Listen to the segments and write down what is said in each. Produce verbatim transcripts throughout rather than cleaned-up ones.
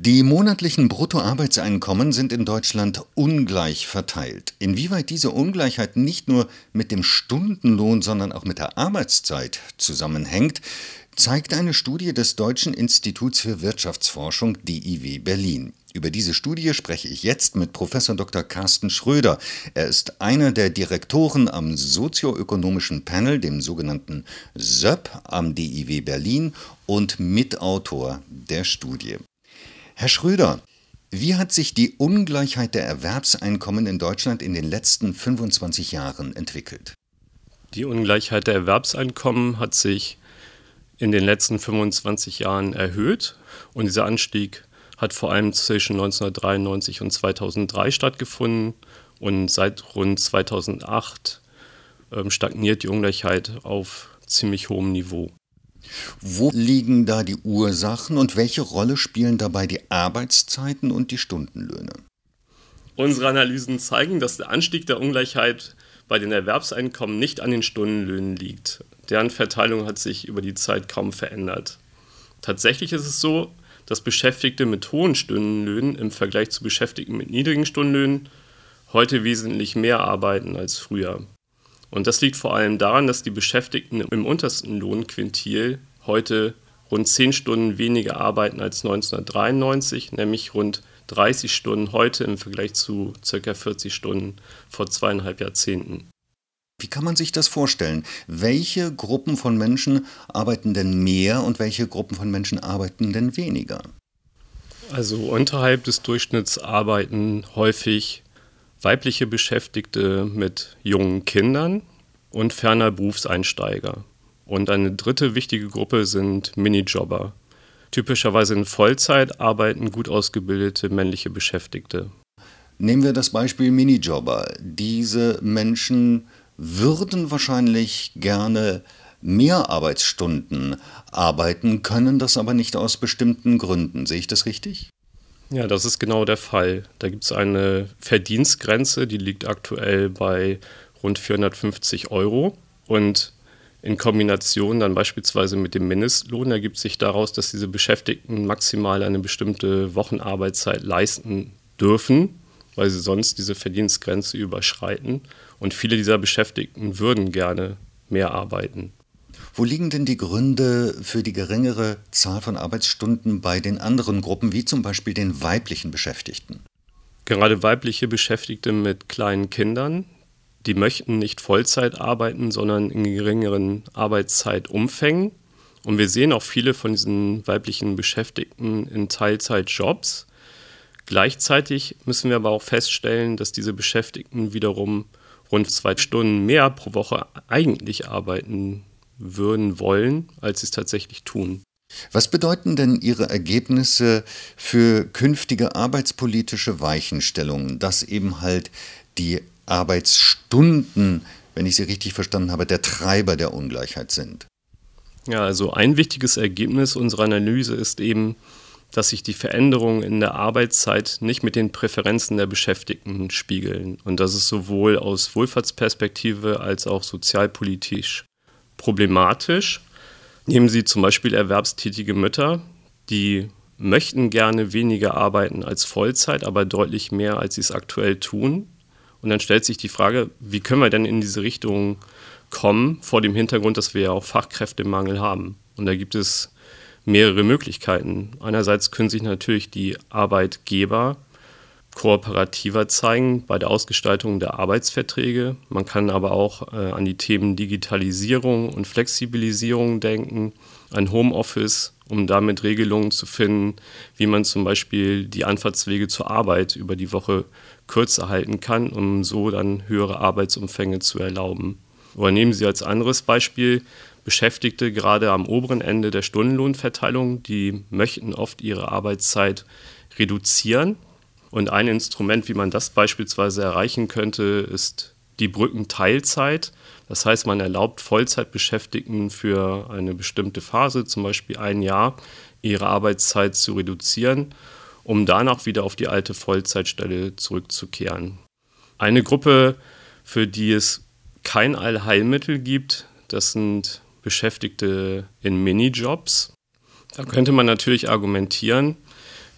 Die monatlichen Bruttoarbeitseinkommen sind in Deutschland ungleich verteilt. Inwieweit diese Ungleichheit nicht nur mit dem Stundenlohn, sondern auch mit der Arbeitszeit zusammenhängt, zeigt eine Studie des Deutschen Instituts für Wirtschaftsforschung D I W Berlin. Über diese Studie spreche ich jetzt mit Professor Doktor Carsten Schröder. Er ist einer der Direktoren am sozioökonomischen Panel, dem sogenannten S Ö P am D I W Berlin und Mitautor der Studie. Herr Schröder, wie hat sich die Ungleichheit der Erwerbseinkommen in Deutschland in den letzten fünfundzwanzig Jahren entwickelt? Die Ungleichheit der Erwerbseinkommen hat sich in den letzten fünfundzwanzig Jahren erhöht und dieser Anstieg hat vor allem zwischen neunzehnhundertdreiundneunzig und zweitausenddrei stattgefunden und seit rund zweitausendacht ähm, stagniert die Ungleichheit auf ziemlich hohem Niveau. Wo liegen da die Ursachen und welche Rolle spielen dabei die Arbeitszeiten und die Stundenlöhne? Unsere Analysen zeigen, dass der Anstieg der Ungleichheit bei den Erwerbseinkommen nicht an den Stundenlöhnen liegt. Deren Verteilung hat sich über die Zeit kaum verändert. Tatsächlich ist es so, dass Beschäftigte mit hohen Stundenlöhnen im Vergleich zu Beschäftigten mit niedrigen Stundenlöhnen heute wesentlich mehr arbeiten als früher. Und das liegt vor allem daran, dass die Beschäftigten im untersten Lohnquintil heute rund zehn Stunden weniger arbeiten als neunzehnhundertdreiundneunzig, nämlich rund dreißig Stunden heute im Vergleich zu ca. vierzig Stunden vor zweieinhalb Jahrzehnten. Wie kann man sich das vorstellen? Welche Gruppen von Menschen arbeiten denn mehr und welche Gruppen von Menschen arbeiten denn weniger? Also unterhalb des Durchschnitts arbeiten häufig weibliche Beschäftigte mit jungen Kindern und ferner Berufseinsteiger. Und eine dritte wichtige Gruppe sind Minijobber. Typischerweise in Vollzeit arbeiten gut ausgebildete männliche Beschäftigte. Nehmen wir das Beispiel Minijobber. Diese Menschen würden wahrscheinlich gerne mehr Arbeitsstunden arbeiten, können das aber nicht aus bestimmten Gründen. Sehe ich das richtig? Ja, das ist genau der Fall. Da gibt es eine Verdienstgrenze, die liegt aktuell bei rund vierhundertfünfzig Euro. Und in Kombination dann beispielsweise mit dem Mindestlohn ergibt sich daraus, dass diese Beschäftigten maximal eine bestimmte Wochenarbeitszeit leisten dürfen, weil sie sonst diese Verdienstgrenze überschreiten. Und viele dieser Beschäftigten würden gerne mehr arbeiten. Wo liegen denn die Gründe für die geringere Zahl von Arbeitsstunden bei den anderen Gruppen, wie zum Beispiel den weiblichen Beschäftigten? Gerade weibliche Beschäftigte mit kleinen Kindern, die möchten nicht Vollzeit arbeiten, sondern in geringeren Arbeitszeitumfängen. Und wir sehen auch viele von diesen weiblichen Beschäftigten in Teilzeitjobs. Gleichzeitig müssen wir aber auch feststellen, dass diese Beschäftigten wiederum rund zwei Stunden mehr pro Woche eigentlich arbeiten würden wollen, als sie es tatsächlich tun. Was bedeuten denn Ihre Ergebnisse für künftige arbeitspolitische Weichenstellungen, dass eben halt die Arbeitsstunden, wenn ich Sie richtig verstanden habe, der Treiber der Ungleichheit sind? Ja, also ein wichtiges Ergebnis unserer Analyse ist eben, dass sich die Veränderungen in der Arbeitszeit nicht mit den Präferenzen der Beschäftigten spiegeln. Und das ist sowohl aus Wohlfahrtsperspektive als auch sozialpolitisch problematisch. Nehmen Sie zum Beispiel erwerbstätige Mütter, die möchten gerne weniger arbeiten als Vollzeit, aber deutlich mehr, als sie es aktuell tun. Und dann stellt sich die Frage, wie können wir denn in diese Richtung kommen, vor dem Hintergrund, dass wir ja auch Fachkräftemangel haben. Und da gibt es mehrere Möglichkeiten. Einerseits können sich natürlich die Arbeitgeber kooperativer zeigen bei der Ausgestaltung der Arbeitsverträge. Man kann aber auch äh, an die Themen Digitalisierung und Flexibilisierung denken, an Homeoffice, um damit Regelungen zu finden, wie man zum Beispiel die Anfahrtswege zur Arbeit über die Woche kürzer halten kann, um so dann höhere Arbeitsumfänge zu erlauben. Oder nehmen Sie als anderes Beispiel Beschäftigte gerade am oberen Ende der Stundenlohnverteilung, die möchten oft ihre Arbeitszeit reduzieren. Und ein Instrument, wie man das beispielsweise erreichen könnte, ist die Brückenteilzeit. Das heißt, man erlaubt Vollzeitbeschäftigten für eine bestimmte Phase, zum Beispiel ein Jahr, ihre Arbeitszeit zu reduzieren, um danach wieder auf die alte Vollzeitstelle zurückzukehren. Eine Gruppe, für die es kein Allheilmittel gibt, das sind Beschäftigte in Minijobs. Da könnte man natürlich argumentieren,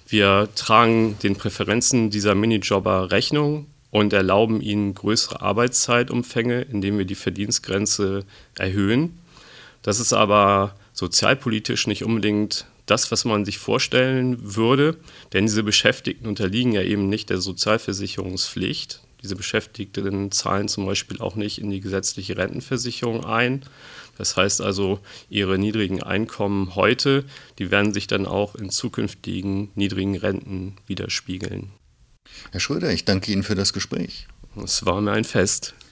Wir tragen den Präferenzen dieser Minijobber Rechnung und erlauben ihnen größere Arbeitszeitumfänge, indem wir die Verdienstgrenze erhöhen. Das ist aber sozialpolitisch nicht unbedingt das, was man sich vorstellen würde, denn diese Beschäftigten unterliegen ja eben nicht der Sozialversicherungspflicht. Diese Beschäftigten zahlen zum Beispiel auch nicht in die gesetzliche Rentenversicherung ein. Das heißt also, ihre niedrigen Einkommen heute, die werden sich dann auch in zukünftigen niedrigen Renten widerspiegeln. Herr Schröder, ich danke Ihnen für das Gespräch. Es war mir ein Fest.